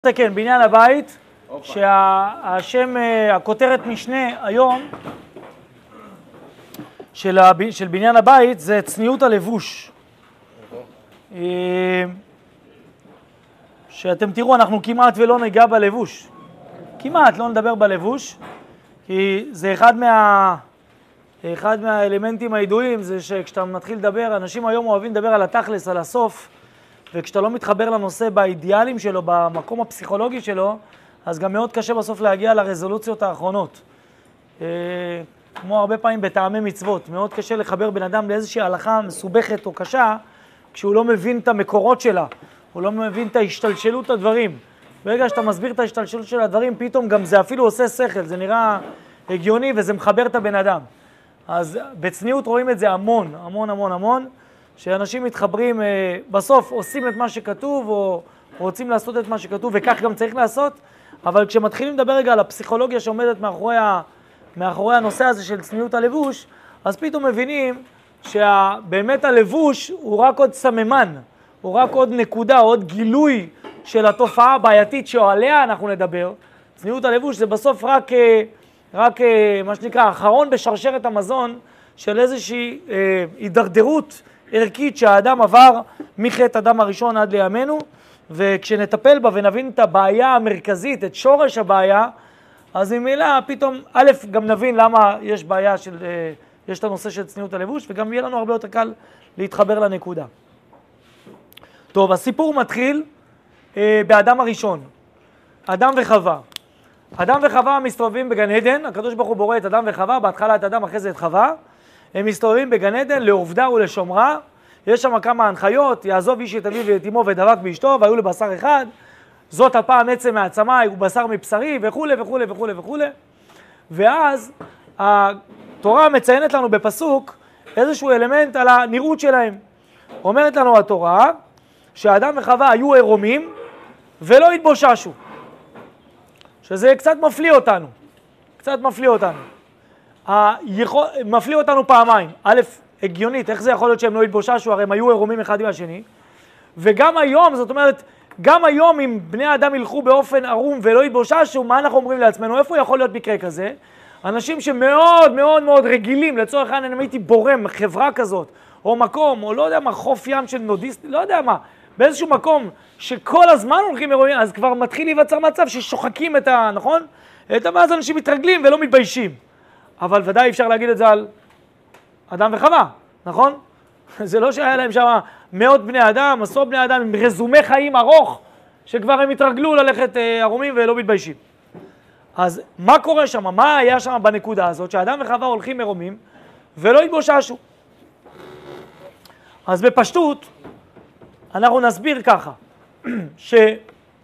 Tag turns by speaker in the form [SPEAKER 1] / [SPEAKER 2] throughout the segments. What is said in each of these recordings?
[SPEAKER 1] כן, בניין הבית, שהשם, הכותרת משנה היום של בניין הבית זה צניעות הלבוש. שאתם תראו, אנחנו כמעט ולא ניגע בלבוש. כמעט לא נדבר בלבוש, כי זה אחד מהאלמנטים הידועים, זה שכשאתה מתחיל לדבר, אנשים היום אוהבים לדבר על התכלס, על הסוף, וכשאתה לא מתחבר לנושא באידיאלים שלו, במקום הפסיכולוגי שלו, אז גם מאוד קשה בסוף להגיע לרזולוציות האחרונות. כמו הרבה פעמים בטעמי מצוות, מאוד קשה לחבר בן אדם לאיזושהי הלכה מסובכת או קשה, כשהוא לא מבין את המקורות שלה, הוא לא מבין את ההשתלשלות הדברים. ברגע שאתה מסביר את ההשתלשלות של הדברים, פתאום גם זה אפילו עושה שכל, זה נראה הגיוני וזה מחבר את הבן אדם. אז בצניעות רואים את זה המון, המון, המון, המון. שאנשים מתחברים, בסוף עושים את מה שכתוב, או רוצים לעשות את מה שכתוב, וכך גם צריך לעשות, אבל כשמתחילים לדבר רגע על הפסיכולוגיה שעומדת מאחורי הנושא הזה של צניעות הלבוש, אז פתאום מבינים שבאמת הלבוש הוא רק עוד סממן, הוא רק עוד נקודה, עוד גילוי של התופעה הבעייתית שעליה אנחנו נדבר. צניעות הלבוש זה בסוף רק מה שנקרא, האחרון בשרשרת המזון של איזושהי הידרדרות ערכית שהאדם עבר מחטא אדם הראשון עד לימינו, וכשנטפל בה ונבין את הבעיה המרכזית, את שורש הבעיה, אז ממילא פתאום, א', גם נבין למה יש בעיה יש את הנושא של צניעות הלבוש, וגם יהיה לנו הרבה יותר קל להתחבר לנקודה. טוב, הסיפור מתחיל באדם הראשון, אדם וחווה. אדם וחווה מסתובבים בגן עדן, הקדוש ברוך הוא בורא את אדם וחווה, בהתחלה את אדם, אחרי זה את חווה, הם מסתובבים בגן עדן לעובדה ולשומרה, יש שם כמה הנחיות, יעזוב איש את אביו ואת אמו ודבק באשתו, והיו לבשר אחד, זאת הפעם עצם מעצמה, הוא בשר מבשרי, וכו' וכו' וכו' וכו'. ואז התורה מציינת לנו בפסוק איזשהו אלמנט על הנראות שלהם. אומרת לנו התורה שהאדם וחווה היו עירומים ולא התבוששו. שזה קצת מפליא אותנו, מפליא אותנו פעמיים. א', הגיונית, איך זה יכול להיות שהם לא התבוששו, הרי הם היו עירומים אחד עם השני. וגם היום, זאת אומרת, גם היום אם בני האדם ילכו באופן ערום ולא התבוששו, מה אנחנו אומרים לעצמנו? איפה יכול להיות מקרה כזה? אנשים שמאוד מאוד מאוד רגילים, לצורך העניין, אם הייתי בורם חברה כזאת, או מקום, או לא יודע מה, חוף ים של נודיסט, לא יודע מה, באיזשהו מקום שכל הזמן הולכים עירומים, אז כבר מתחיל להיווצר מצב ששוחקים נכון? ואז אנשים מתרגלים ולא מתביישים. אבל ודאי אפשר להגיד את זה על אדם וחווה, נכון? זה לא שהיה להם שם מאות בני אדם, עשרות בני אדם עם רזומי חיים ארוך, שכבר הם התרגלו ללכת ערומים ולא מתביישים. אז מה קורה שם? מה היה שם בנקודה הזאת? שאדם וחווה הולכים עירומים ולא התבוששו. אז בפשטות, אנחנו נסביר ככה, שיש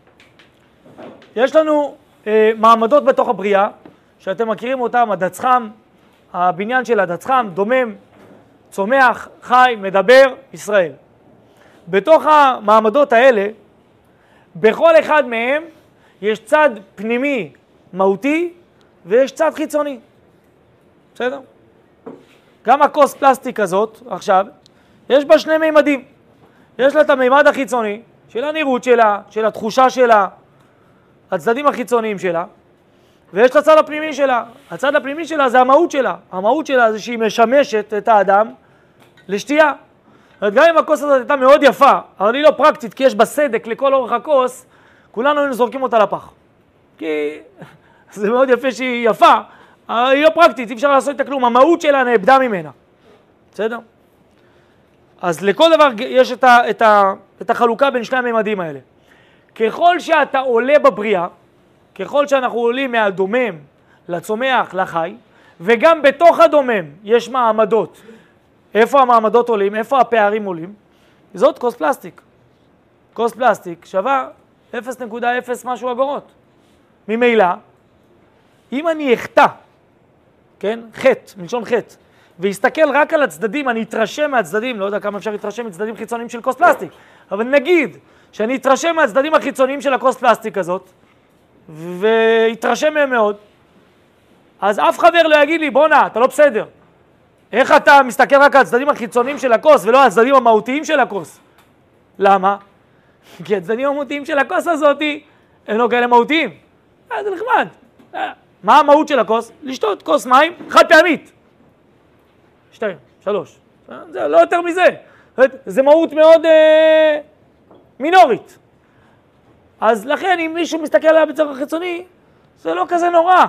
[SPEAKER 1] לנו מעמדות בתוך הבריאה, שאתם מכירים אותם, הדצחם, הבניין של הדצחם, דומם, צומח, חי, מדבר, ישראל. בתוך המעמדות האלה, בכל אחד מהם יש צד פנימי מהותי ויש צד חיצוני. בסדר? גם הכוס פלסטיק הזאת, עכשיו, יש בה שני מימדים. יש לה את המימד החיצוני, של הנראות שלה, של התחושה שלה, הצדדים החיצוניים שלה, ויש את הצד הפנימי שלה. הצד הפנימי שלה זה המהות שלה. המהות שלה זה שהיא משמשת את האדם לשתייה. גם אם הכוס הזאת הייתה מאוד יפה, אבל היא לא פרקטית, כי יש בה סדק לכל אורך הכוס, כולנו היינו זורקים אותה לפח. כי זה מאוד יפה שהיא יפה, אבל היא לא פרקטית, אי אפשר לעשות איתה כלום. המהות שלה נאבדה ממנה. בסדר? אז לכל דבר יש את החלוקה בין שני הממדים האלה. ככל שאתה עולה בבריאה, ככל שאנחנו עולים מהדומם לצומח, לחי, וגם בתוך הדומם יש מעמדות. איפה המעמדות עולים? איפה הפערים עולים? זאת כוס פלסטיק. כוס פלסטיק שווה 0.0 משהו אגורות. ממילא, אם אני אחטא, כן? חטא, מלשון חטא, והסתכל רק על הצדדים, אני אתרשם מהצדדים, לא יודע כמה אפשר להתרשם מצדדים חיצוניים של כוס פלסטיק, אבל נגיד שאני אתרשם מהצדדים החיצוניים של הכוס פלסטיק הזאת, והתרשם מהם מאוד, אז אף חבר לא יגיד לי, בונה, אתה לא בסדר. איך אתה מסתכל רק על הצדדים החיצוניים של הכוס, ולא על הצדדים המהותיים של הכוס? למה? כי הצדדים המהותיים של הכוס הזאת אין לו כאלה מהותיים. זה נחמד. מה המהות של הכוס? לשתות כוס מים חד פעמית. 2, 3. זה לא יותר מזה. זה מהות מאוד מינורית. אז לכן אם מישהו מסתכל עליה בצורך חיצוני, זה לא כזה נורא.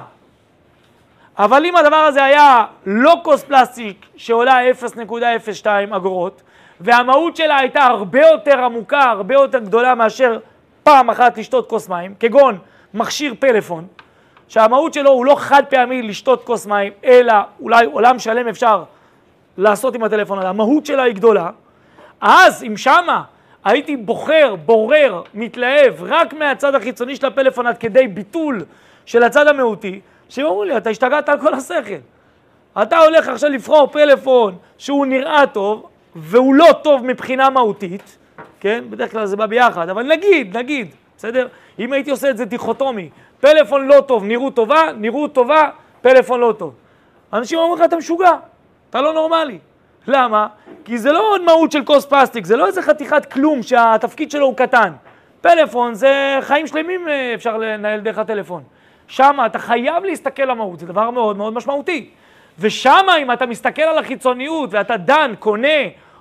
[SPEAKER 1] אבל אם הדבר הזה היה לא כוס פלסטיק שעולה 0.02 אגורות, והמהות שלה הייתה הרבה יותר עמוקה, הרבה יותר גדולה מאשר פעם אחת לשתות כוס מים, כגון מכשיר פלאפון, שהמהות שלו הוא לא חד פעמי לשתות כוס מים, אלא אולי עולם שלם אפשר לעשות עם הטלפון הזה, המהות שלה היא גדולה, אז אם שמה הייתי בורר, מתלהב רק מהצד החיצוני של הפלאפון עד כדי ביטול של הצד המהותי, שאומרו לי, אתה השתגעת על כל השכל. אתה הולך עכשיו לבחור פלאפון שהוא נראה טוב, והוא לא טוב מבחינה מהותית, כן? בדרך כלל זה בא ביחד, אבל נגיד, בסדר? אם הייתי עושה את זה דיכוטומי, פלאפון לא טוב, נראות טובה, פלאפון לא טוב. אנשים אומרים לך, אתה משוגע, אתה לא נורמלי. למה? כי זה לא עוד מהות של כוס פלסטיק, זה לא איזה חתיכת כלום שהתפקיד שלו הוא קטן. פלאפון זה חיים שלמים אפשר לנהל דרך הטלפון. שמה אתה חייב להסתכל על המהות, זה דבר מאוד מאוד משמעותי. ושמה אם אתה מסתכל על החיצוניות ואתה דן, קונה,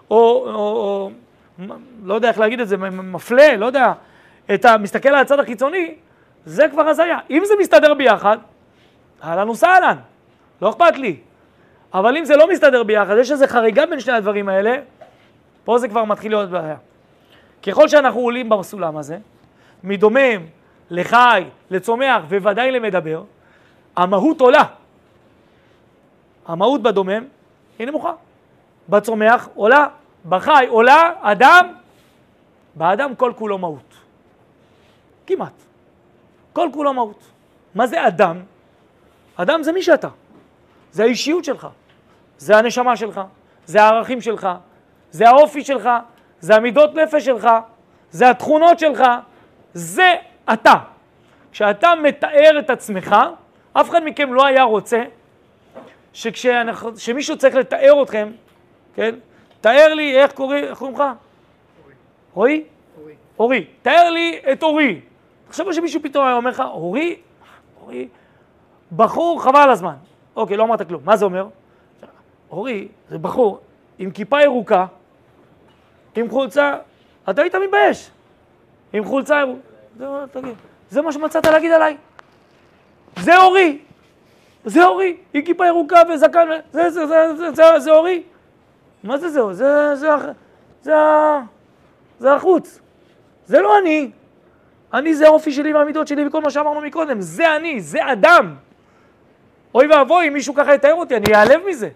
[SPEAKER 1] או לא יודע איך להגיד את זה, מפלה, לא יודע, אתה מסתכל על הצד החיצוני, זה כבר הזיה. אם זה מסתדר ביחד, אהלן וסהלן, לא אכפת לי. אבל אם זה לא מסתדר ביחד, יש איזו חריגה בין שני הדברים האלה, פה זה כבר מתחיל להיות בעיה. ככל שאנחנו עולים בסולם הזה, מדומם, לחי, לצומח וודאי למדבר, המהות עולה. המהות בדומם היא נמוכה. בצומח עולה, בחי עולה, אדם, באדם כל כולו מהות. כמעט. כל כולו מהות. מה זה אדם? אדם זה מי שאתה. זה האישיות שלך. זה הנשמה שלך. זה הערכים שלך. זה האופי שלך. זה המידות נפש שלך. זה התכונות שלך. זה אתה. כשאתה מתאר את עצמך, אף אחד מכם לא היה רוצה שמישהו צריך לתאר אתכם, כן? תאר לי, איך קוראים לך? אורי? אורי. תאר לי את אורי. עכשיו שמישהו פתאום אומר לך, אורי, בחור חבל על הזמן. אוקיי, לא אמרת כלום. מה זה אומר? אורי, זה בחור עם כיפה ירוקה, עם חולצה, אתה היית מתבייש. עם חולצה ירוקה. זה מה שמצאת להגיד עליי. זה אורי. זה אורי. עם כיפה ירוקה וזקן. זה אורי. מה זה זהו? זה החוץ. זה לא אני. אני זה האופי שלי והמידות שלי וכל מה שאמרנו מקודם. זה אני, זה אדם. אוי ואבוי, אם מישהו ככה יתאר אותי, אני אעלב מזה.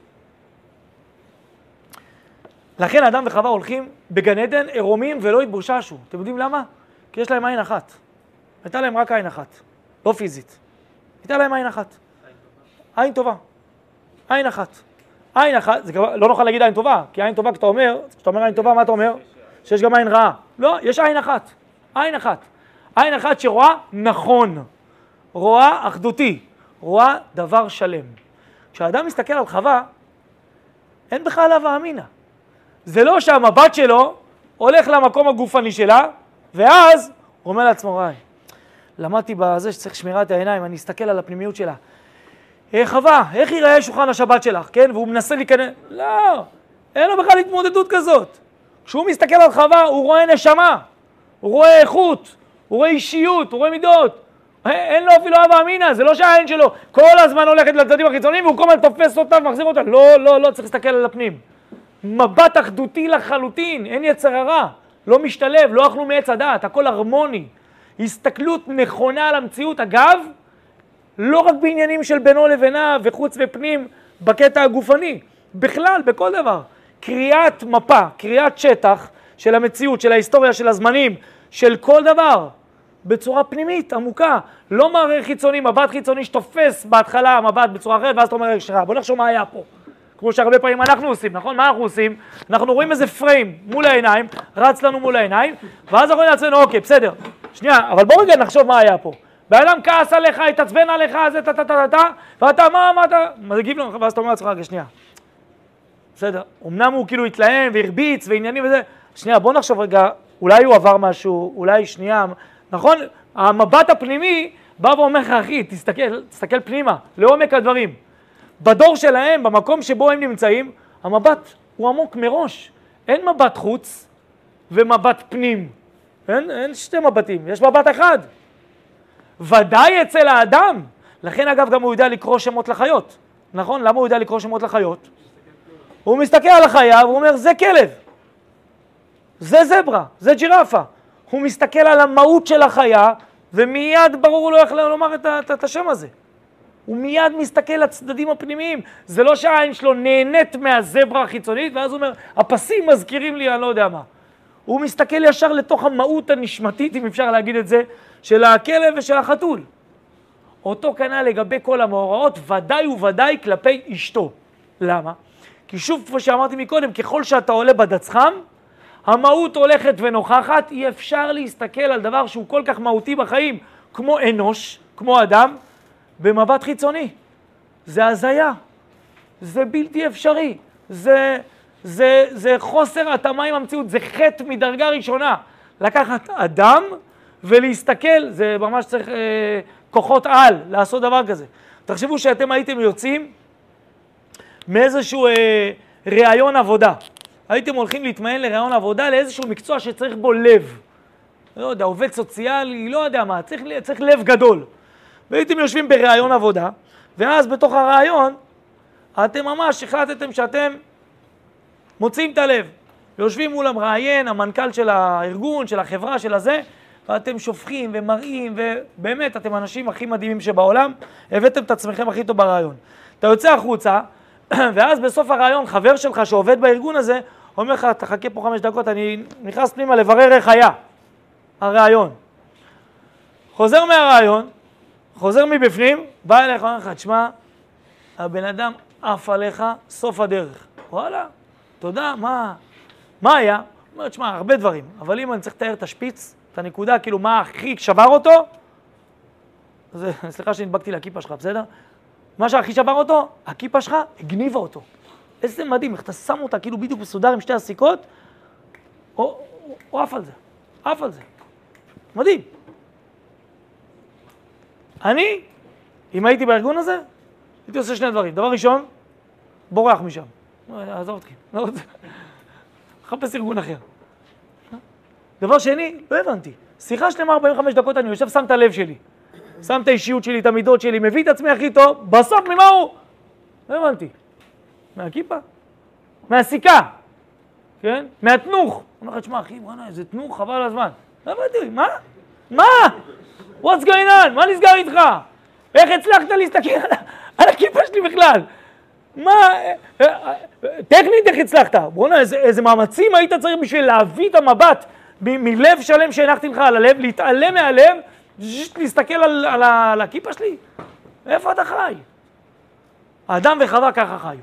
[SPEAKER 1] לכן אדם וחווה הולכים בגן עדן עירומים ולא התבוששו. אתם יודעים למה? כי יש להם עין אחת. הייתה להם רק עין אחת, לא פיזית. הייתה להם עין אחת. עין טובה. עין אחת. עין אחת, זה לא נוכל להגיד עין טובה, כי עין טובה, כשאתה אומר עין טובה, מה אתה אומר? שיש גם עין רעה. לא, יש עין אחת. עין אחת. עין אחת שרואה נכון. רואה אחדותי. רואה דבר שלם. כשאדם מסתכל על חווה, אין בכלל הווה אמינה. זה לא שהמבט שלו הולך למקום הגופני שלה, ואז הוא אומר לעצמו, ראי, למדתי בזה שצריך שמירת העיניים, אני אסתכל על הפנימיות שלה. חווה, איך ייראה שולחן השבת שלך, כן? והוא מנסה להיכנס, לא, אין לו בכלל התמודדות כזאת. כשהוא מסתכל על חווה, הוא רואה נשמה, הוא רואה איכות, הוא רואה אישיות, הוא רואה מידות. אין לו אפילו הווה אמינה, זה לא שהעין שלו כל הזמן הולכת לצדדים החיצוניים, והוא כל הזמן תופס אותה ומחזיר אותה. לא, צריך להסתכל על הפנים. מבט אחדותי לחלוטין, אין יצר הרע, לא משתלב, לא אכלו מעץ הדעת, הכל הרמוני. הסתכלות נכונה על המציאות, אגב, לא רק בעניינים של בינו לבינה וחוץ ופנים בקטע הגופני, בכלל, בכל דבר. קריאת מפה, קריאת שטח של המציאות, של ההיסטוריה, של הזמנים, של כל דבר, בצורה פנימית, עמוקה. לא מראה חיצוני, מבט חיצוני שתופס בהתחלה המבט בצורה אחרת, ואז אתה אומר, בוא נחשוב מה היה פה. כמו שהרבה פעמים אנחנו עושים, נכון? מה אנחנו עושים? אנחנו רואים איזה פריים מול העיניים, רץ לנו מול העיניים, ואז אנחנו רואים לעצמנו, אוקיי, בסדר. שנייה, אבל בוא רגע נחשוב מה היה פה. באדם כעס עליך, התעצבן עליך, זה ואתה מה אתה מגיב לו, ואז אתה אומר לעצמך, רגע, שנייה. בסדר, אמנם הוא כאילו התלהם והרביץ ועניינים וזה, שנייה, בוא נחשוב רגע, אולי הוא עבר משהו, אולי שנייה, נכון? המבט הפנימי בא ואומר לך, אחי, תסתכל פנימה, לעומק הדברים. בדור שלהם, במקום שבו הם נמצאים, המבט הוא עמוק מראש. אין מבט חוץ ומבט פנים. אין שתי מבטים, יש מבט אחד. ודאי אצל האדם. לכן אגב גם הוא יודע לקרוא שמות לחיות. נכון? למה הוא יודע לקרוא שמות לחיות? הוא מסתכל על החיה והוא אומר, זה כלב. זה זברה, זה ג'ירפה. הוא מסתכל על המהות של החיה, ומיד ברור לו איך לומר את השם הזה. הוא מיד מסתכל לצדדים הפנימיים. זה לא שהעין שלו נהנית מהזברה החיצונית, ואז הוא אומר, הפסים מזכירים לי, אני לא יודע מה. הוא מסתכל ישר לתוך המהות הנשמתית, אם אפשר להגיד את זה, של הכלב ושל החתול. אותו כנ"ל לגבי כל המאורעות, ודאי וודאי כלפי אשתו. למה? כי שוב, כמו שאמרתי מקודם, ככל שאתה עולה בדצחם, המהות הולכת ונוכחת, אי אפשר להסתכל על דבר שהוא כל כך מהותי בחיים, כמו אנוש, כמו אדם, במבט חיצוני. זה הזיה, זה בלתי אפשרי, זה חוסר התאמה עם המציאות, זה חטא מדרגה ראשונה. לקחת אדם ולהסתכל, זה ממש צריך כוחות על לעשות דבר כזה. תחשבו שאתם הייתם יוצאים מאיזשהו רעיון עבודה. הייתם הולכים להתמיין לרעיון עבודה לאיזשהו מקצוע שצריך בו לב. לא יודע, עובד סוציאלי, לא יודע מה, צריך לב גדול. והייתם יושבים ברעיון עבודה, ואז בתוך הרעיון, אתם ממש החלטתם שאתם מוצאים את הלב. יושבים מול המראיין, המנכ"ל של הארגון, של החברה, של הזה, ואתם שופכים ומראים, ובאמת אתם האנשים הכי מדהימים שבעולם, הבאתם את עצמכם הכי טוב ברעיון. אתה יוצא החוצה, ואז בסוף הרעיון, חבר שלך שעובד בארגון הזה, אומר לך, תחכה פה 5 דקות, אני נכנס פנימה לברר איך היה הרעיון. חוזר מהרעיון, חוזר מבפנים, בא אליך, אומר לך, תשמע, הבן אדם עף עליך, סוף הדרך. וואלה, תודה, מה היה? אומר, תשמע, הרבה דברים, אבל אם אני צריך לתאר את השפיץ, את הנקודה, כאילו מה הכי שבר אותו, סליחה שנדבקתי לכיפה שלך, בסדר? מה שהכי שבר אותו, הכיפה שלך הגניבה אותו. איזה מדהים, איך אתה שם אותה כאילו בדיוק מסודר עם שתי הסיכות, או עף על זה, עף על זה. מדהים. אני, אם הייתי בארגון הזה, הייתי עושה 2 דברים. דבר ראשון, בורח משם. עזוב אותי, לא רוצה. חפש ארגון אחר. דבר שני, לא הבנתי. שיחה שלמה 45 דקות, אני יושב, שם את הלב שלי. שם את האישיות שלי, את המידות שלי, מביא את עצמי הכי טוב, בסוף ממה הוא? לא הבנתי. מהכיפה? מהסיכה, כן? מהתנוך. אני אומר לך, תשמע, אחי, בוא'נה, איזה תנוך, חבל על הזמן. לא הבנתי, מה? מה? What's going on? מה נסגר איתך? איך הצלחת להסתכל על הכיפה שלי בכלל? מה? טכנית איך הצלחת? בוא'נה, איזה מאמצים היית צריך בשביל להביא את המבט מלב שלם שהנחתי לך על הלב, להתעלם מהלב, להסתכל על הכיפה שלי? איפה אתה חי? האדם וחווה ככה חיו.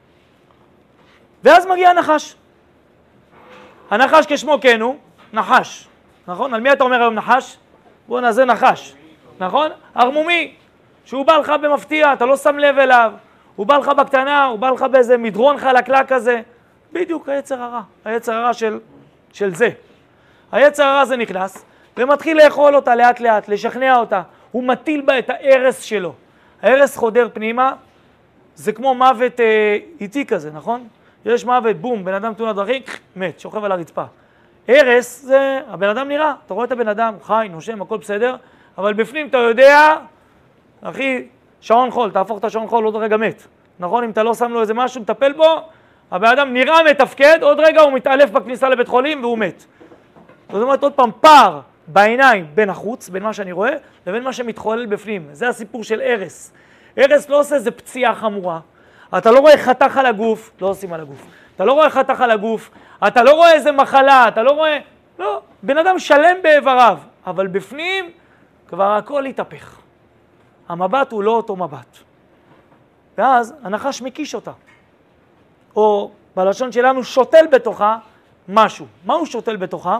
[SPEAKER 1] ואז מגיע הנחש. הנחש כשמו כן הוא, נחש. נכון? על מי אתה אומר היום נחש? בוא נעשה נחש. נכון? ערמומי. שהוא בא לך במפתיע, אתה לא שם לב אליו. הוא בא לך בקטנה, הוא בא לך באיזה מדרון חלקלק כזה. בדיוק היצר הרע. היצר הרע של זה. היצר הרע זה נכנס, ומתחיל לאכול אותה לאט לאט, לשכנע אותה. הוא מטיל בה את ההרס שלו. ההרס חודר פנימה, זה כמו מוות איטי כזה, נכון? יש מוות, בום, בן אדם תאונת דרכים, מת, שוכב על הרצפה. הרס זה, הבן אדם נראה, אתה רואה את הבן אדם, חי, נושם, הכל בסדר, אבל בפנים אתה יודע, אחי, שעון חול, תהפוך את השעון חול, עוד רגע מת. נכון? אם אתה לא שם לו איזה משהו, מטפל בו, הבן אדם נראה מתפקד, עוד רגע הוא מתעלף בכניסה לבית חולים והוא מת. זאת אומרת, עוד פעם, פער בעיניים בין החוץ, בין מה שאני רואה, לבין מה שמתחולל בפנים. זה הסיפור של הרס. הרס לא עושה איזה פציעה חמורה. אתה לא רואה חתך על הגוף, לא עושים על הגוף. אתה לא רואה חתך על הגוף, אתה לא רואה איזה מחלה, אתה לא רואה... לא, בן אדם שלם באיבריו, אבל בפנים כבר הכל התהפך. המבט הוא לא אותו מבט. ואז הנחש מקיש אותה. או בלשון שלנו שוטל בתוכה משהו. מה הוא שוטל בתוכה?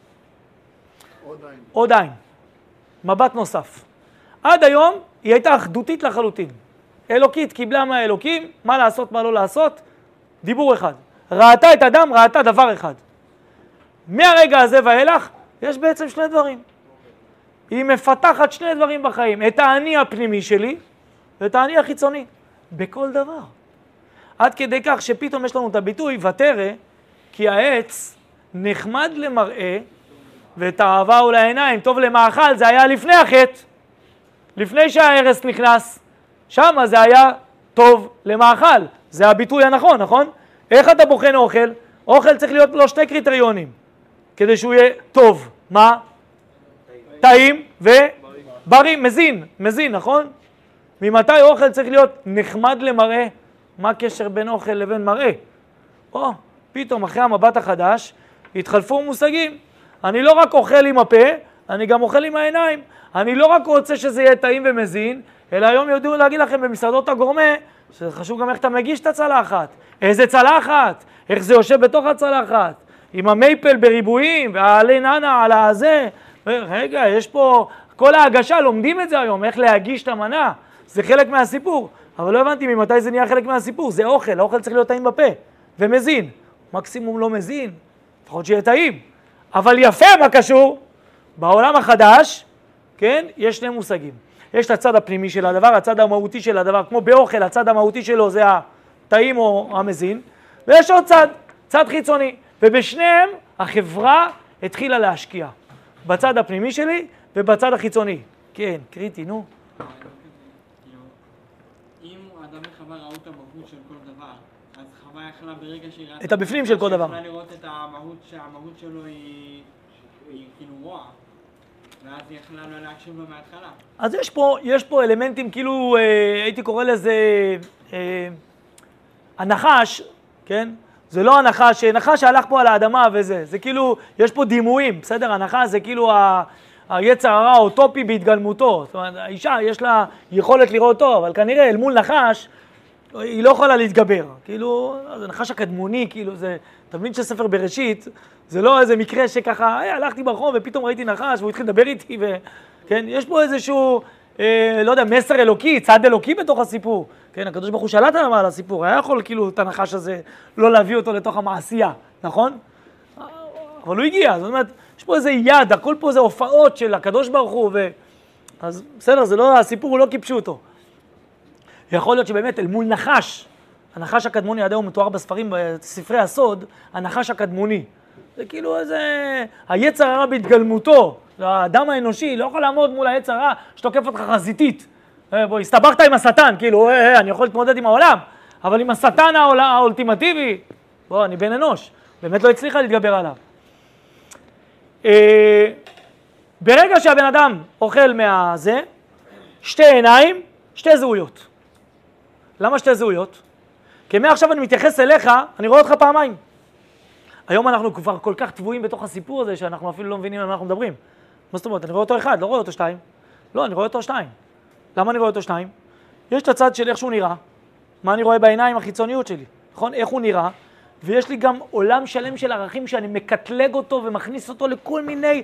[SPEAKER 1] עוד עין. מבט נוסף. עד היום היא הייתה אחדותית לחלוטין. אלוקית קיבלה מהאלוקים, מה לעשות, מה לא לעשות, דיבור אחד. ראתה את אדם, ראתה דבר אחד. מהרגע הזה ואילך, יש בעצם 2 דברים. היא מפתחת שני דברים בחיים, את האני הפנימי שלי ואת האני החיצוני, בכל דבר. עד כדי כך שפתאום יש לנו את הביטוי, ותרא, כי העץ נחמד למראה, ואת האהבה הוא לעיניים, טוב למאכל, זה היה לפני החטא, לפני שההרס נכנס, שם זה היה טוב למאכל, זה הביטוי הנכון, נכון? איך אתה בוחן אוכל? אוכל צריך להיות לו שתי קריטריונים, כדי שהוא יהיה טוב. מה? טעים ובריא, מזין, נכון? ממתי אוכל צריך להיות נחמד למראה? מה הקשר בין אוכל לבין מראה? פתאום אחרי המבט החדש התחלפו מושגים. אני לא רק אוכל עם הפה, אני גם אוכל עם העיניים. אני לא רק רוצה שזה יהיה טעים ומזין, אלא היום יודעו להגיד לכם במסעדות הגורמה, שזה חשוב גם איך אתה מגיש את הצלחת. איזה צלחת? איך זה יושב בתוך הצלחת? עם המייפל בריבועים, והעלי ננה על הזה. רגע, יש פה, כל ההגשה, לומדים את זה היום, איך להגיש את המנה. זה חלק מהסיפור. אבל לא הבנתי ממתי זה נהיה חלק מהסיפור. זה אוכל, האוכל צריך להיות טעים בפה. ומזין. מקסימום לא מזין, לפחות שיהיה טעים. אבל יפה מה קשור, בעולם החדש, כן, יש שני מושגים. יש את הצד הפנימי של הדבר, הצד המהותי של הדבר, כמו באוכל, הצד המהותי שלו זה הטעים או המזין, ויש עוד צד חיצוני. ובשניהם החברה התחילה להשקיע. בצד הפנימי שלי ובצד החיצוני. כן, קריטי, נו.
[SPEAKER 2] אם אדם וחווה ראו את המהות של כל דבר, אז חווה יכלה ברגע שהיא ראתה...
[SPEAKER 1] את הבפנים של כל דבר.
[SPEAKER 2] יכלה לראות את המהות, שהמהות שלו היא כאילו רוע, ואז היא יכלה לא להקשיב לו מההתחלה.
[SPEAKER 1] אז יש פה אלמנטים כאילו, הייתי קורא לזה הנחש, כן? זה לא הנחש, נחש שהלך פה על האדמה וזה, זה כאילו, יש פה דימויים, בסדר? הנחש זה כאילו היצר הרע האוטופי בהתגלמותו. זאת אומרת, האישה יש לה יכולת לראות טוב, אבל כנראה אל מול נחש, היא לא יכולה להתגבר. כאילו, זה נחש הקדמוני, כאילו זה, אתה מבין שספר בראשית, זה לא איזה מקרה שככה, הלכתי ברחוב ופתאום ראיתי נחש והוא התחיל לדבר איתי, כן? יש פה איזשהו, לא יודע, מסר אלוקי, צד אלוקי בתוך הסיפור. כן, הקדוש ברוך הוא שלט על הסיפור, היה יכול כאילו את הנחש הזה לא להביא אותו לתוך המעשייה, נכון? אבל הוא הגיע, זאת אומרת, יש פה איזה יד, הכל פה זה הופעות של הקדוש ברוך הוא, אז בסדר, זה לא, הסיפור הוא לא קיפשו אותו. יכול להיות שבאמת אל מול נחש, הנחש הקדמוני עד היום מתואר בספרים, בספרי הסוד, הנחש הקדמוני. זה כאילו איזה, היצר הרע בהתגלמותו, האדם האנושי לא יכול לעמוד מול היצר הרע שתוקף אותך חזיתית. בוא, הסתבכת עם השטן, כאילו, אני יכול להתמודד עם העולם, אבל עם השטן האולטימטיבי, בוא, אני בן אנוש, באמת לא הצליחה להתגבר עליו. ברגע שהבן אדם אוכל מהזה, שתי עיניים, שתי זהויות. למה שתי זהויות? כי מעכשיו אני מתייחס אליך, אני רואה אותך פעמיים. היום אנחנו כבר כל כך טבועים בתוך הסיפור הזה, שאנחנו אפילו לא מבינים על מה אנחנו מדברים. מה זאת אומרת? אני רואה אותו אחד, לא רואה אותו שתיים. לא, אני רואה אותו שתיים. למה אני רואה אותו שניים? יש את הצד של איך שהוא נראה, מה אני רואה בעיניים, החיצוניות שלי, נכון? איך הוא נראה, ויש לי גם עולם שלם של ערכים שאני מקטלג אותו ומכניס אותו לכל מיני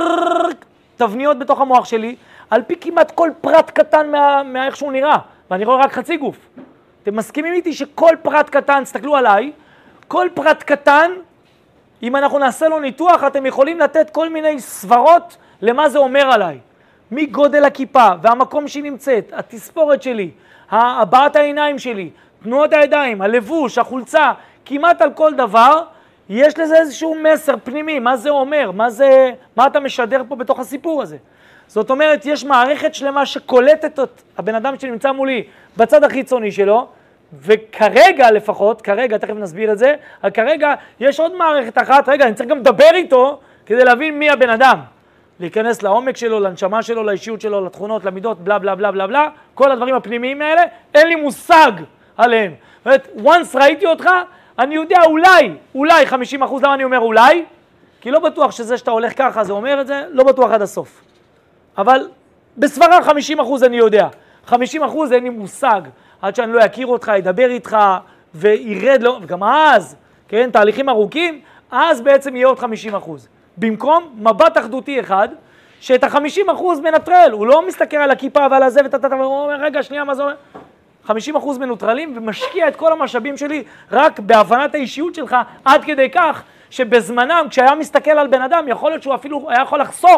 [SPEAKER 1] תבניות בתוך המוח שלי, על פי כמעט כל פרט קטן מאיך שהוא נראה, ואני רואה רק חצי גוף. אתם מסכימים איתי שכל פרט קטן, תסתכלו עליי, כל פרט קטן, אם אנחנו נעשה לו ניתוח, אתם יכולים לתת כל מיני סברות למה זה אומר עליי. מגודל הכיפה והמקום שהיא נמצאת, התספורת שלי, הבעת העיניים שלי, תנועות הידיים, הלבוש, החולצה, כמעט על כל דבר, יש לזה איזשהו מסר פנימי, מה זה אומר, מה אתה משדר פה בתוך הסיפור הזה. זאת אומרת, יש מערכת שלמה שקולטת את הבן אדם שנמצא מולי בצד החיצוני שלו, וכרגע לפחות, כרגע, תכף נסביר את זה, אבל כרגע יש עוד מערכת אחת, רגע, אני צריך גם לדבר איתו כדי להבין מי הבן אדם. להיכנס לעומק שלו, לנשמה שלו, לאישיות שלו, לתכונות, למידות, בלה בלה בלה בלה בלה, כל הדברים הפנימיים האלה, אין לי מושג עליהם. זאת אומרת, once ראיתי אותך, אני יודע אולי 50%, למה אני אומר אולי? כי לא בטוח שזה שאתה הולך ככה, זה אומר את זה, לא בטוח עד הסוף. אבל בסברה 50% אני יודע, 50% אין לי מושג, עד שאני לא אכיר אותך, ידבר איתך וירד לו, וגם אז, כן, תהליכים ארוכים, אז בעצם יהיה עוד 50%. במקום מבט אחדותי אחד, שאת ה-50% מנטרל, הוא לא מסתכל על הכיפה ועל הזה והוא אומר, רגע, שנייה, מה זה אומר? 50% מנוטרלים ומשקיע את כל המשאבים שלי רק בהבנת האישיות שלך, עד כדי כך שבזמנם, כשהיה מסתכל על בן אדם, יכול להיות שהוא אפילו היה יכול לחסוך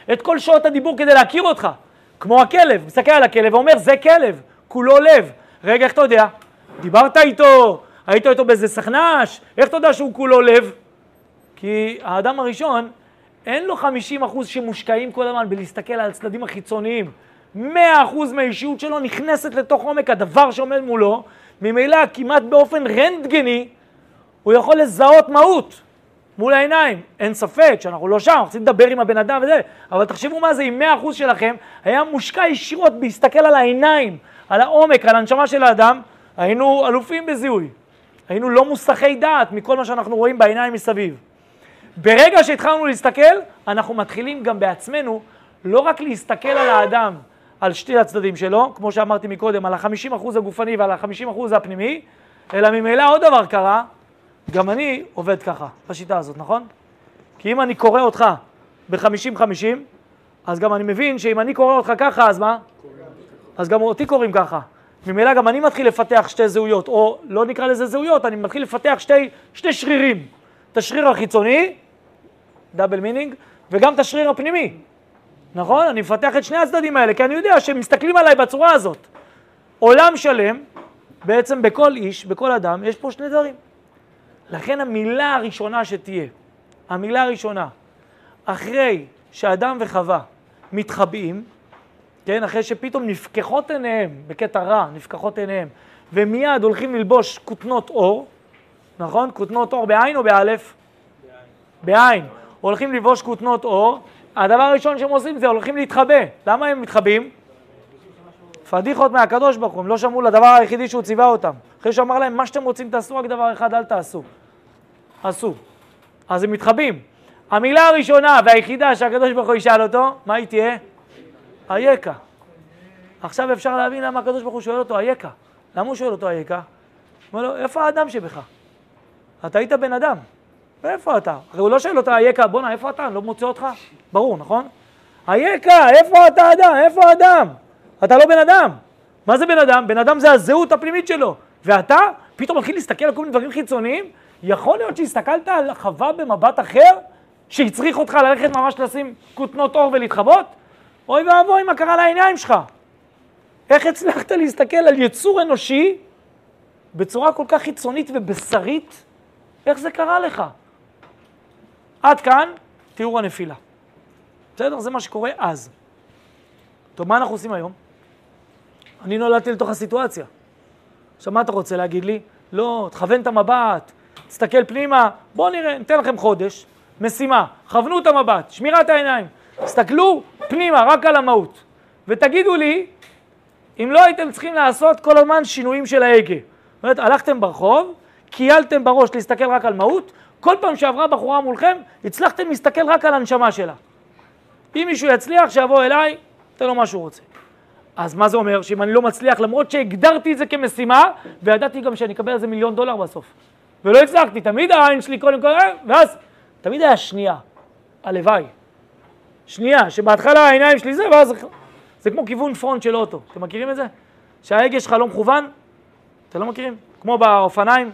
[SPEAKER 1] את כל שעות הדיבור כדי להכיר אותך. כמו הכלב, מסתכל על הכלב ואומר, זה כלב, כולו לב. רגע, איך אתה יודע? דיברת איתו, היית איתו באיזה סכנש, איך אתה יודע שהוא כולו לב? כי האדם הראשון, אין לו 50% שמושקעים כל הזמן בלהסתכל על הצדדים החיצוניים. 100% מהאישיות שלו נכנסת לתוך עומק הדבר שעומד מולו, ממילא כמעט באופן רנטגני, הוא יכול לזהות מהות מול העיניים. אין ספק שאנחנו לא שם, אנחנו צריכים לדבר עם הבן אדם וזה, אבל תחשבו מה זה, אם 100% שלכם היה מושקע ישירות בהסתכל על העיניים, על העומק, על הנשמה של האדם, היינו אלופים בזיהוי. היינו לא מוסחי דעת מכל מה שאנחנו רואים בעיניים מסביב. ברגע שהתחלנו להסתכל, אנחנו מתחילים גם בעצמנו לא רק להסתכל על האדם, על שתי הצדדים שלו, כמו שאמרתי מקודם, על ה-50% הגופני ועל ה-50% הפנימי, אלא ממילא עוד דבר קרה, גם אני עובד ככה, בשיטה הזאת, נכון? כי אם אני קורא אותך ב-50-50, אז גם אני מבין שאם אני קורא אותך ככה, אז מה? אז גם אותי קוראים ככה. ממילא גם אני מתחיל לפתח שתי זהויות, או לא נקרא לזה זהויות, אני מתחיל לפתח שתי שרירים. את השריר החיצוני, דאבל מינינג, וגם את השריר הפנימי. נכון? אני מפתח את שני הצדדים האלה, כי אני יודע שמסתכלים עליי בצורה הזאת. עולם שלם, בעצם בכל איש, בכל אדם, יש פה שני דברים. לכן המילה הראשונה שתהיה, המילה הראשונה, אחרי שאדם וחווה מתחבאים, כן, אחרי שפתאום נפקחות עיניהם, בקטע רע, נפקחות עיניהם, ומיד הולכים ללבוש כותנות אור, נכון? כותנות אור בעין או באלף? בעין. הולכים ללבוש כותנות אור, הדבר הראשון שהם עושים זה הולכים להתחבא. למה הם מתחבאים? פדיחות מהקדוש ברוך הוא, הם לא שמעו לדבר היחידי שהוא ציווה אותם. אחרי שאמר להם, מה שאתם רוצים תעשו, רק דבר אחד אל תעשו. עשו. אז הם מתחבאים. המילה הראשונה והיחידה שהקדוש ברוך הוא ישאל אותו, מה היא תהיה? אייכה. עכשיו אפשר להבין למה הקדוש ברוך הוא שואל אותו אייכה. למה הוא שואל אותו אייכה? הוא אומר לו, איפה האדם שבך? אתה היית בן אדם. ואיפה אתה? הרי הוא לא שואל אותה אייכה, בונה, איפה אתה? אני לא מוצא אותך. ברור, נכון? אייכה, איפה אתה אדם? איפה האדם? אתה לא בן אדם. מה זה בן אדם? בן אדם זה הזהות הפנימית שלו. ואתה פתאום מתחיל להסתכל על כל מיני דברים חיצוניים. יכול להיות שהסתכלת על חווה במבט אחר, שהצריך אותך ללכת ממש לשים כותנות אור ולהתחבות? אוי ואבוי, מה קרה לעיניים שלך? איך הצלחת להסתכל על יצור אנושי בצורה כל כך חיצונית ובשרית? איך זה קרה לך? עד כאן תיאור הנפילה. בסדר? זה מה שקורה אז. טוב, מה אנחנו עושים היום? אני נולדתי לתוך הסיטואציה. עכשיו, מה אתה רוצה להגיד לי? לא, תכוון את המבט, תסתכל פנימה, בואו נראה, ניתן לכם חודש, משימה, כוונו את המבט, שמירת העיניים, תסתכלו פנימה, רק על המהות, ותגידו לי, אם לא הייתם צריכים לעשות כל הזמן שינויים של ההגה. זאת אומרת, הלכתם ברחוב, קיילתם בראש להסתכל רק על מהות, כל פעם שעברה בחורה מולכם, הצלחתם להסתכל רק על הנשמה שלה. אם מישהו יצליח, שיבוא אליי, תן לו מה שהוא רוצה. אז מה זה אומר? שאם אני לא מצליח, למרות שהגדרתי את זה כמשימה, וידעתי גם שאני אקבל על זה $1,000,000 בסוף. ולא הצלחתי, תמיד העין שלי קודם כל, ואז תמיד היה שנייה, הלוואי. שנייה, שבהתחלה העיניים שלי זה, ואז זה כמו כיוון פרונט של אוטו. אתם מכירים את זה? שההגה שלך לא מכוון? אתם לא מכירים? כמו באופניים,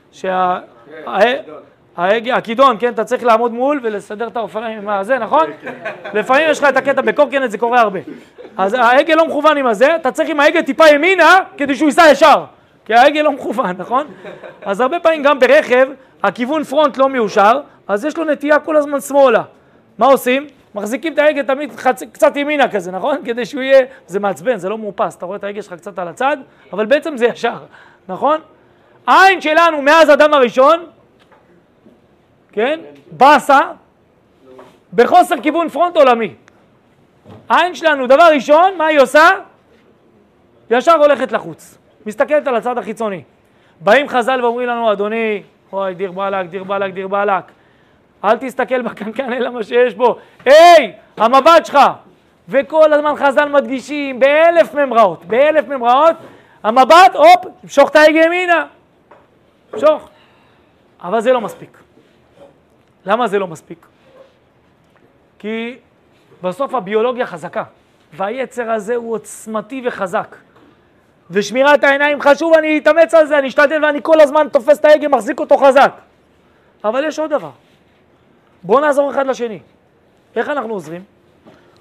[SPEAKER 1] הכידון, כן? אתה צריך לעמוד מול ולסדר את האופניים עם הזה, נכון? לפעמים יש לך את הקטע בקורקינט, זה קורה הרבה. אז ההגה לא מכוון עם הזה, אתה צריך עם ההגה טיפה ימינה כדי שהוא ייסע ישר. כי ההגה לא מכוון, נכון? אז הרבה פעמים גם ברכב, הכיוון פרונט לא מיושר, אז יש לו נטייה כל הזמן שמאלה. מה עושים? מחזיקים את ההגה תמיד קצת ימינה כזה, נכון? כדי שהוא יהיה, זה מעצבן, זה לא מאופס, אתה רואה את ההגה שלך קצת על הצד, אבל בעצם זה ישר, נכון? העין שלנו מאז אדם הראשון, כן? בסה, בחוסר כיוון פרונט עולמי. העין שלנו, דבר ראשון, מה היא עושה? ישר הולכת לחוץ. מסתכלת על הצד החיצוני. באים חז"ל ואומרים לנו, אדוני, אוי, דיר באלק, דיר באלק, דיר באלק. אל תסתכל בקנקן אלא מה שיש בו. היי, המבט שלך. וכל הזמן חז"ל מדגישים, באלף ממראות, המבט, הופ, משוך את ההגה ימינה. משוך. אבל זה לא מספיק. למה זה לא מספיק? כי בסוף הביולוגיה חזקה, והיצר הזה הוא עוצמתי וחזק. ושמירת העיניים חשוב, אני אתאמץ על זה, אני אשתדל ואני כל הזמן תופס את ההגה, מחזיק אותו חזק. אבל יש עוד דבר. בואו נעזור אחד לשני. איך אנחנו עוזרים?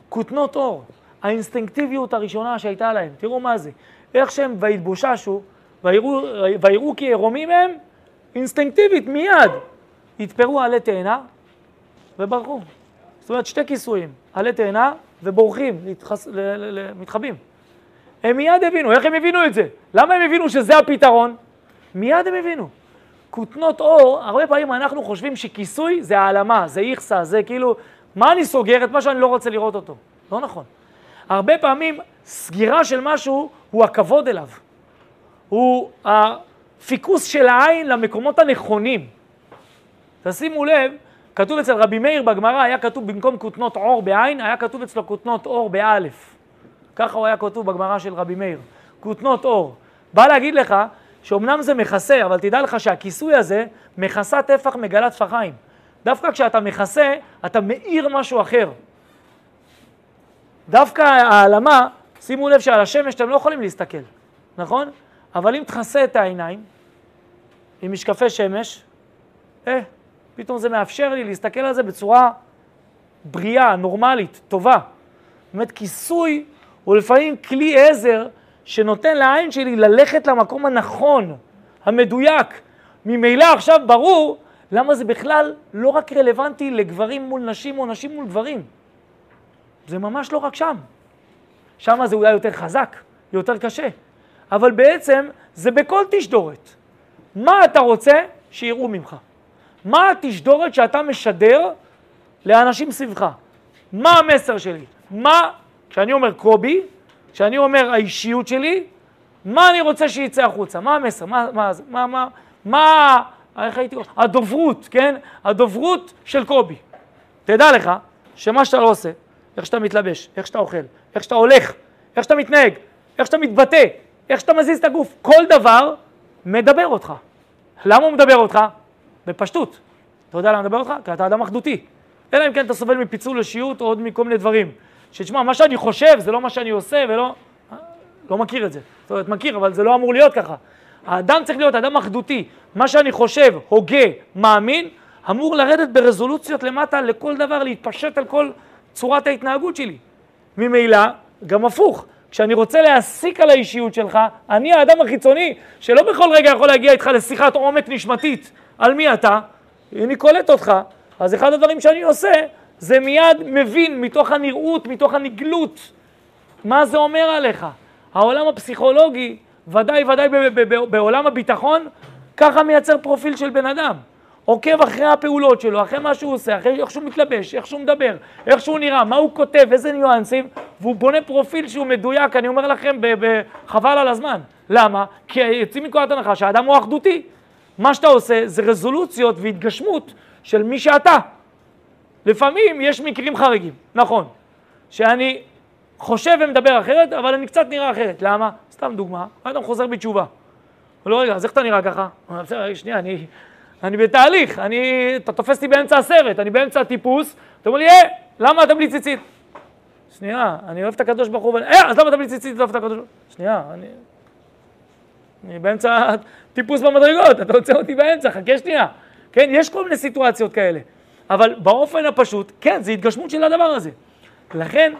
[SPEAKER 1] כותנות אור, האינסטינקטיביות הראשונה שהייתה להם, תראו מה זה, איך שהם והתבוששו, ויראו כי עירומים הם, אינסטינקטיבית מיד, התפרו עלי תאנה וברחו. זאת אומרת, שתי כיסויים, עלי תאנה ובורחים, מתחבאים. הם מיד הבינו, איך הם הבינו את זה? למה הם הבינו שזה הפתרון? מיד הם הבינו. כותנות אור, הרבה פעמים אנחנו חושבים שכיסוי זה העלמה, זה איכסה, זה כאילו, מה אני סוגר? את מה שאני לא רוצה לראות אותו. לא נכון. הרבה פעמים סגירה של משהו הוא הכבוד אליו. הוא הפיקוס של העין למקומות הנכונים. תשימו לב, כתוב אצל רבי מאיר בגמרא, היה כתוב במקום כותנות אור בעין, היה כתוב אצלו כותנות אור באלף. ככה הוא היה כתוב בגמרא של רבי מאיר. כותנות אור. בא להגיד לך שאומנם זה מכסה, אבל תדע לך שהכיסוי הזה מכסה טפח מגלת טפחיים. דווקא כשאתה מכסה, אתה מאיר משהו אחר. דווקא העלמה, שימו לב שעל השמש אתם לא יכולים להסתכל, נכון? אבל אם תכסה את העיניים, עם משקפי שמש, פתאום זה מאפשר לי להסתכל על זה בצורה בריאה, נורמלית, טובה. זאת אומרת, כיסוי הוא לפעמים כלי עזר שנותן לעין שלי ללכת למקום הנכון, המדויק. ממילא עכשיו ברור למה זה בכלל לא רק רלוונטי לגברים מול נשים או נשים מול גברים. זה ממש לא רק שם. שם זה אולי יותר חזק, יותר קשה. אבל בעצם זה בכל תשדורת. מה אתה רוצה שיראו ממך? מה התשדורת שאתה משדר לאנשים סביבך? מה המסר שלי? מה, כשאני אומר קובי, כשאני אומר האישיות שלי, מה אני רוצה שיצא החוצה? מה המסר? איך הייתי אומר? הדוברות, כן? הדוברות של קובי. תדע לך שמה שאתה לא עושה, איך שאתה מתלבש, איך שאתה אוכל, איך שאתה הולך, איך שאתה מתנהג, איך שאתה מתבטא, איך שאתה מזיז את הגוף, כל דבר מדבר אותך. למה הוא מדבר אותך? בפשטות. אתה יודע למה מדבר אותך? כי אתה אדם אחדותי. אלא אם כן אתה סובל מפיצול אישיות או עוד מכל מיני דברים. שתשמע, מה שאני חושב זה לא מה שאני עושה ולא... לא מכיר את זה. זאת אומרת, מכיר, אבל זה לא אמור להיות ככה. האדם צריך להיות אדם אחדותי. מה שאני חושב, הוגה, מאמין, אמור לרדת ברזולוציות למטה לכל דבר, להתפשט על כל צורת ההתנהגות שלי. ממילא, גם הפוך. כשאני רוצה להסיק על האישיות שלך, אני האדם החיצוני, שלא בכל רגע יכול להגיע איתך לשיחת עומק נשמתית. על מי אתה? אני קולט אותך. אז אחד הדברים שאני עושה, זה מיד מבין מתוך הנראות, מתוך הנגלות, מה זה אומר עליך. העולם הפסיכולוגי, ודאי בעולם הביטחון, ככה מייצר פרופיל של בן אדם. עוקב אחרי הפעולות שלו, אחרי מה שהוא עושה, אחרי איך שהוא מתלבש, איך שהוא מדבר, איך שהוא נראה, מה הוא כותב, איזה ניואנסים, והוא בונה פרופיל שהוא מדויק, אני אומר לכם, חבל על הזמן. למה? כי יוצאים מנקודת הנחה שהאדם הוא אחדותי. מה שאתה עושה זה רזולוציות והתגשמות של מי שאתה. לפעמים יש מקרים חריגים, נכון, שאני חושב ומדבר אחרת, אבל אני קצת נראה אחרת. למה? סתם דוגמה, האדם חוזר בתשובה. לא רגע, אז איך אתה נראה ככה? שנייה, אני בתהליך, אתה תופס אותי באמצע הסרט, אני באמצע הטיפוס, אתה אומר לי, למה אתה בלי ציצית? שנייה, אני אוהב את הקדוש ברוך הוא, אז למה אתה בלי ציצית? לא אוהב את הקדוש ברוך הוא? שנייה, אני באמצע טיפוס במדרגות, אתה רוצה אותי באמצע, חכה שנייה. כן, יש כל מיני סיטואציות כאלה, אבל באופן הפשוט, כן, זה התגשמות של הדבר הזה. לכן,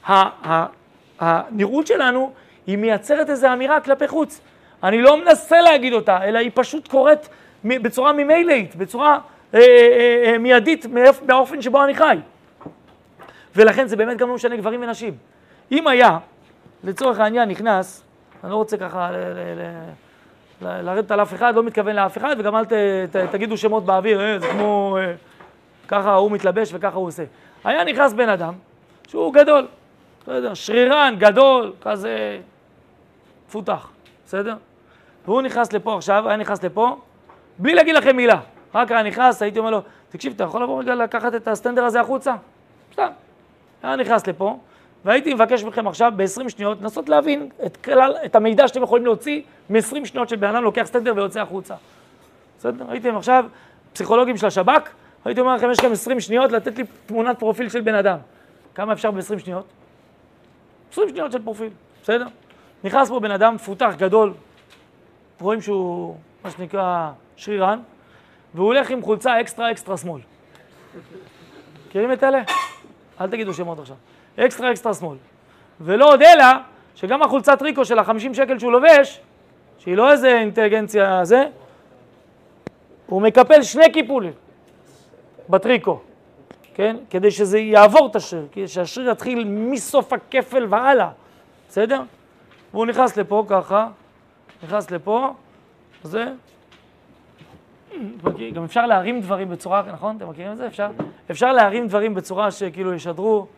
[SPEAKER 1] הנראות שלנו היא מייצרת איזו אמירה כלפי חוץ. אני לא מנסה להגיד אותה, אלא היא פשוט קורית בצורה ממילאית, בצורה מיידית, באופן שבו אני חי. ולכן זה באמת גם לא משנה גברים ונשים. אם היה, לצורך העניין נכנס, אני לא רוצה ככה לרדת על אף אחד, לא מתכוון לאף אחד, וגם אל תגידו שמות באוויר, זה כמו ככה הוא מתלבש וככה הוא עושה. היה נכנס בן אדם שהוא גדול, בסדר, שרירן, גדול, כזה פותח, בסדר? והוא נכנס לפה עכשיו, היה נכנס לפה, בלי להגיד לכם מילה. רק היה נכנס, הייתי אומר לו, תקשיב, אתה יכול לבוא רגע לקחת את הסטנדר הזה החוצה? סתם. היה נכנס לפה, והייתי מבקש מכם עכשיו ב-20 שניות, לנסות להבין את המידע שאתם יכולים להוציא מ-20 שניות של בן אדם לוקח סטנדר ויוצא החוצה. בסדר? הייתם עכשיו פסיכולוגים של השב"כ, הייתי אומר לכם, יש לכם 20 שניות לתת לי תמונת פרופיל של בן אדם. כמה אפשר ב-20 שניות? 20 שניות של פרופיל, בסדר? נכנס פה בן אדם מפותח, גדול, רואים שהוא, מה שנקרא, שרירן, והוא הולך עם חולצה אקסטרה שמאל. מכירים את אלה? אל תגידו שמות עכשיו. אקסטרה שמאל. ולא עוד אלא, שגם החולצת ריקו של ה-50 שקל שהוא לובש, שהיא לא איזה אינטליגנציה זה, הוא מקפל 2 קיפולים בטריקו, כן? כדי שזה יעבור את השריר, כדי שהשריר יתחיל מסוף הכפל והלאה, בסדר? והוא נכנס לפה ככה, נכנס לפה, זה. גם אפשר להרים דברים בצורה, נכון? אתם מכירים את זה? אפשר להרים דברים בצורה שכאילו ישדרו.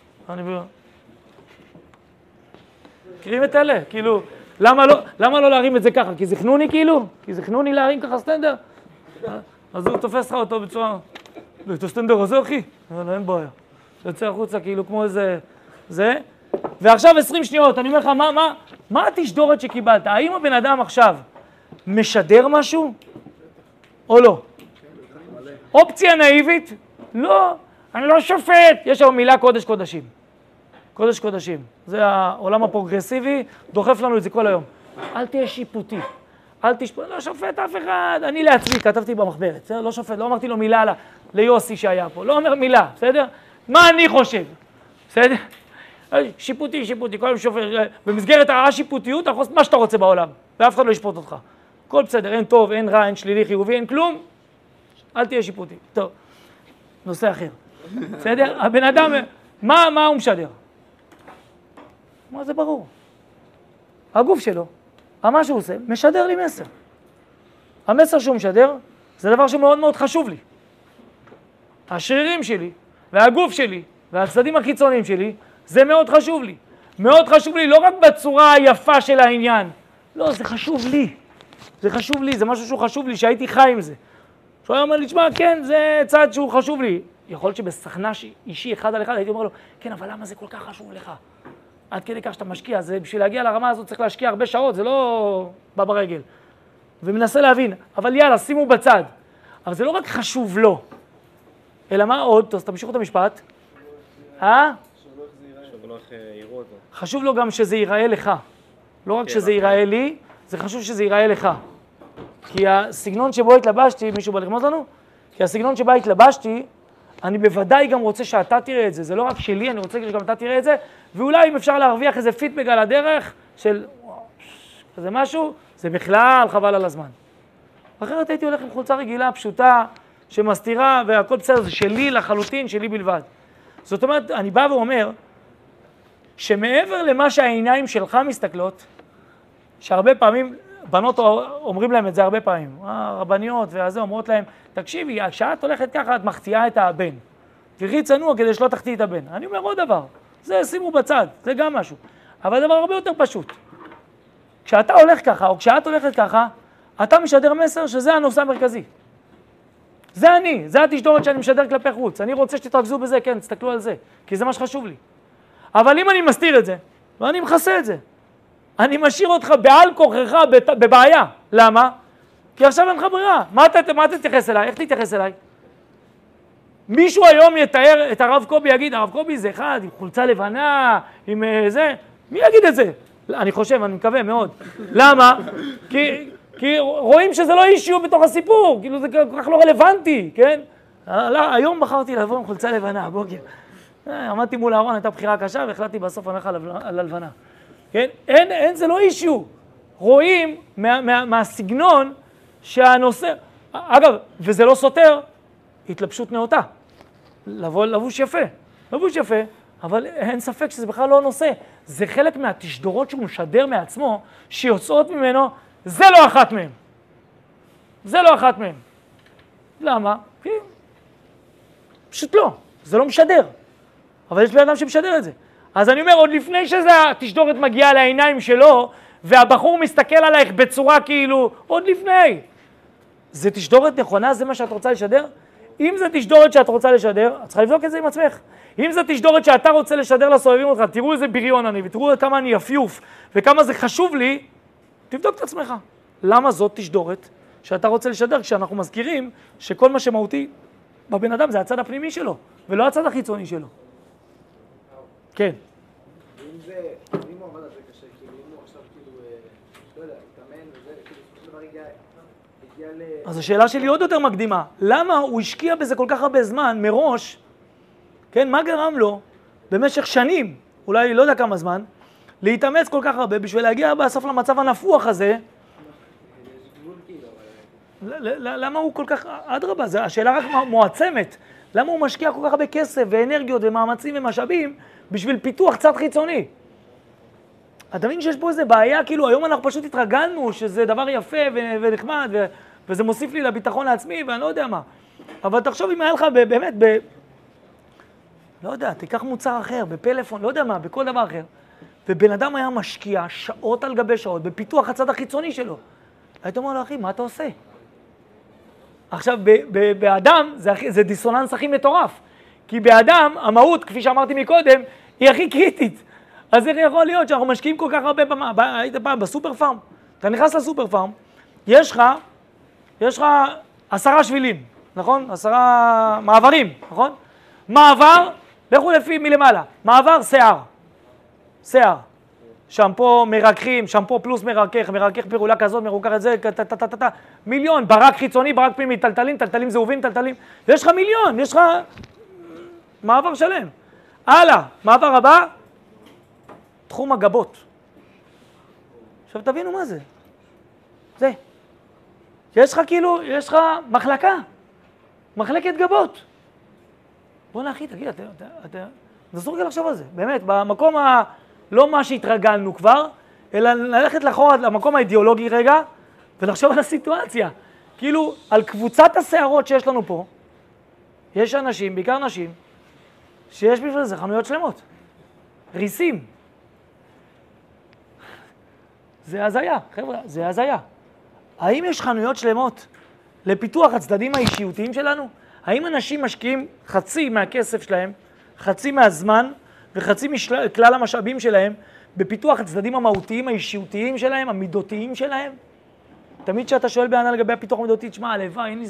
[SPEAKER 1] מכירים את אלה? כאילו, למה לא להרים את זה ככה? כי זה חנוני כאילו? כי זה חנוני להרים ככה סטנדר? אז הוא תופס לך אותו בצורה, את הסטנדר הזה אחי? אבל אין בעיה. יוצא החוצה כאילו כמו איזה, זה. ועכשיו 20 שניות, אני אומר לך, מה התשדורת שקיבלת? האם הבן אדם עכשיו משדר משהו? או לא? אופציה נאיבית? לא, אני לא שופט. יש שם מילה קודש קודשים. קודש קודשים. זה העולם הפרוגרסיבי, דוחף לנו את זה כל היום. אל תהיה שיפוטי. אל תשפוט, לא שופט אף אחד. אני לעצמי, כתבתי במחברת, בסדר? לא שופט, לא אמרתי לו מילה ליוסי שהיה פה. לא אומר מילה, בסדר? מה אני חושב? בסדר? שיפוטי, כל היום שופט. במסגרת השיפוטיות, אתה יכול לעשות מה שאתה רוצה בעולם, ואף אחד לא ישפוט אותך. הכל בסדר, אין טוב, אין רע, אין שלילי, חיובי, אין כלום. אל תהיה שיפוטי. טוב, נושא אחר. בסדר? הבן אדם, מה הוא משדר? מה זה ברור? הגוף שלו, מה שהוא עושה, משדר לי מסר. המסר שהוא משדר, זה דבר שמאוד מאוד חשוב לי. השרירים שלי, והגוף שלי, והצדדים החיצוניים שלי, זה מאוד חשוב לי. מאוד חשוב לי, לא רק בצורה היפה של העניין. לא, זה חשוב לי. זה חשוב לי, זה משהו שהוא חשוב לי, שהייתי חי עם זה. שהוא היה אומר לי, תשמע, כן, זה צעד שהוא חשוב לי. יכול להיות שבסכנה אישי אחד על אחד, הייתי אומר לו, כן, אבל למה זה כל כך חשוב לך? עד כדי כך שאתה משקיע, זה בשביל להגיע לרמה הזאת צריך להשקיע הרבה שעות, זה לא בא ברגל. ומנסה להבין, אבל יאללה, שימו בצד. אבל זה לא רק חשוב לו, אלא מה עוד? אז תמשיכו את המשפט. חשוב לו גם שזה ייראה לך. לא רק שזה ייראה לי, זה חשוב שזה ייראה לך. כי הסגנון שבו התלבשתי, מישהו בא לרמוז לנו? כי הסגנון שבו התלבשתי, אני בוודאי גם רוצה שאתה תראה את זה. זה לא רק שלי, אני רוצה שגם אתה תראה את זה. ואולי אם אפשר להרוויח איזה פידבק על הדרך של איזה משהו, זה בכלל חבל על הזמן. אחרת הייתי הולך עם חולצה רגילה, פשוטה, שמסתירה, והכל בסדר, זה שלי לחלוטין, שלי בלבד. זאת אומרת, אני בא ואומר, שמעבר למה שהעיניים שלך מסתכלות, שהרבה פעמים, בנות אומרים להם את זה הרבה פעמים, הרבניות והזה אומרות להם, תקשיבי, כשאת הולכת ככה, את מחטיאה את הבן. תראי צנוע כדי שלא תחטיא את הבן. אני אומר עוד דבר, זה שימו בצד, זה גם משהו. אבל דבר הרבה יותר פשוט. כשאתה הולך ככה, או כשאת הולכת ככה, אתה משדר מסר שזה הנושא המרכזי. זה אני, זה התשדורת שאני משדר כלפי חוץ. אני רוצה שתתרכזו בזה, כן, תסתכלו על זה, כי זה מה שחשוב לי. אבל אם אני מסתיר את זה, ואני מכסה את זה, אני משאיר אותך בעל כוחך בבעיה. למה? כי עכשיו אין לך ברירה. מה אתה תתייחס אליי? איך תתייחס אליי? מישהו היום יתאר את הרב קובי, יגיד, הרב קובי זה אחד, עם חולצה לבנה, עם זה. מי יגיד את זה? אני חושב, אני מקווה מאוד. למה? כי רואים שזה לא אישיו בתוך הסיפור, כאילו זה כל כך לא רלוונטי, כן? היום בחרתי לבוא עם חולצה לבנה, בוקר. עמדתי מול הארון, הייתה בחירה קשה, והחלטתי בסוף אני הולך על הלבנה. כן? אין, זה לא אישיו. רואים מהסגנון שהנושא, אגב, וזה לא סותר, התלבשות נאותה. לבוש יפה, אבל אין ספק שזה בכלל לא נושא. זה חלק מהתשדורות שהוא משדר מעצמו, שיוצאות ממנו, זה לא אחת מהם. למה? כי פשוט לא, זה לא משדר. אבל יש בן אדם שמשדר את זה. אז אני אומר, עוד לפני שהתשדורת מגיעה לעיניים שלו, והבחור מסתכל עלייך בצורה כאילו, עוד לפני. זה תשדורת נכונה, זה מה שאת רוצה לשדר? אם זה תשדורת שאת רוצה לשדר, את צריכה לבדוק את זה עם עצמך. אם זה תשדורת שאתה רוצה לשדר לסובבים אותך, תראו איזה בריון אני, ותראו כמה אני יפיוף, וכמה זה חשוב לי, תבדוק את עצמך. למה זאת תשדורת שאתה רוצה לשדר, כשאנחנו מזכירים שכל מה שמהותי בבן אדם זה הצד הפנימי שלו, ולא הצד החיצוני שלו. כן.
[SPEAKER 3] אם הוא עמד על זה קשה, כאילו, אם הוא עכשיו, כאילו, לא יודע, התאמן וזה, כאילו, בסופו של דבר הגיע
[SPEAKER 1] אז השאלה שלי עוד יותר מקדימה. למה הוא השקיע בזה כל כך הרבה זמן, מראש, כן, מה גרם לו במשך שנים, אולי לא יודע כמה זמן, להתאמץ כל כך הרבה בשביל להגיע בסוף למצב הנפוח הזה. למה הוא כל כך, אדרבה, השאלה רק מועצמת. למה הוא משקיע כל כך הרבה כסף ואנרגיות ומאמצים ומשאבים בשביל פיתוח צד חיצוני? אתה מבין שיש פה איזה בעיה, כאילו היום אנחנו פשוט התרגלנו שזה דבר יפה ונחמד וזה מוסיף לי לביטחון לעצמי ואני לא יודע מה. אבל תחשוב אם היה לך באמת לא יודע, תיקח מוצר אחר, בפלאפון, לא יודע מה, בכל דבר אחר. ובן אדם היה משקיע שעות על גבי שעות בפיתוח הצד החיצוני שלו. היית אומר לו, אחי, מה אתה עושה? עכשיו, באדם זה דיסוננס הכי מטורף. כי באדם, המהות, כפי שאמרתי מקודם, היא הכי קריטית. אז איך יכול להיות שאנחנו משקיעים כל כך הרבה, היית פעם בסופר פארם? אתה נכנס לסופר פארם, יש לך 10 שבילים, נכון? 10 מעברים, נכון? מעבר, לכו לפי מלמעלה, מעבר שיער. שמפו מרככים, שמפו פלוס מרכך פירולה כזאת, מרוכך את זה, מיליון, ברק חיצוני, ברק פנימי, טלטלים זהובים, יש לך מיליון, יש לך מעבר שלם. הלאה, מעבר הבא, תחום הגבות. עכשיו תבינו מה זה. זה. יש לך מחלקת גבות. בוא נאחי, תגיד, נסו רגע לחשוב על זה. באמת, במקום לא מה שהתרגלנו כבר, אלא ללכת לאחורה למקום האידיאולוגי רגע, ולחשוב על הסיטואציה. כאילו, על קבוצת השערות שיש לנו פה, יש אנשים, בעיקר נשים, שיש בשביל זה חנויות שלמות. ריסים. זה הזיה, חבר'ה, זה הזיה. האם יש חנויות שלמות לפיתוח הצדדים האישיותיים שלנו? האם אנשים משקיעים חצי מהכסף שלהם, חצי מהזמן וחצי מכלל המשאבים שלהם בפיתוח הצדדים המהותיים האישיותיים שלהם, המידותיים שלהם? תמיד שאתה שואל בענה לגבי הפיתוח המידותי, תשמע, הלוואי, אין לי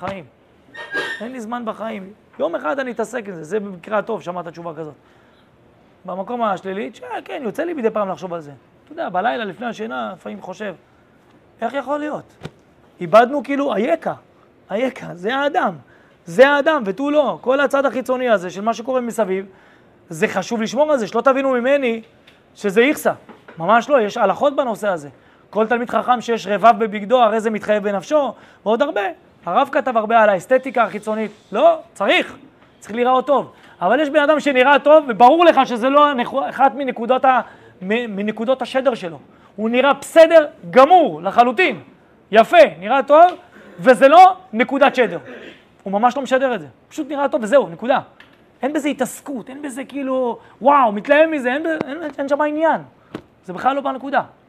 [SPEAKER 1] זמן בחיים. יום אחד אני אתעסק עם זה, זה במקרה הטוב, שמעת תשובה כזאת. במקום השלילית, כן, יוצא לי מדי פעם לחשוב על זה. אתה יודע, בלילה לפני השינה, לפעמים חושב, איך יכול להיות? איבדנו כאילו איקה, זה האדם ותו לא. כל הצד החיצוני הזה של מה שקורה מסביב, זה חשוב לשמור על זה, שלא תבינו ממני שזה יחסה. ממש לא, יש הלכות בנושא הזה. כל תלמיד חכם שיש רבב בבגדו, הרי זה מתחייב בנפשו, ועוד הרבה. הרב כתב הרבה על האסתטיקה החיצונית. לא, צריך להיראות טוב. אבל יש בן אדם שנראה טוב, וברור לך שזה לא אחת מנקודות השדר שלו. הוא נראה בסדר גמור, לחלוטין. יפה, נראה טוב, וזה לא נקודת שדר. הוא ממש לא משדר את זה. פשוט נראה טוב וזהו, נקודה. אין בזה התעסקות, אין בזה כאילו, וואו, מתלהב מזה, אין שם עניין. זה בכלל לא בנקודה.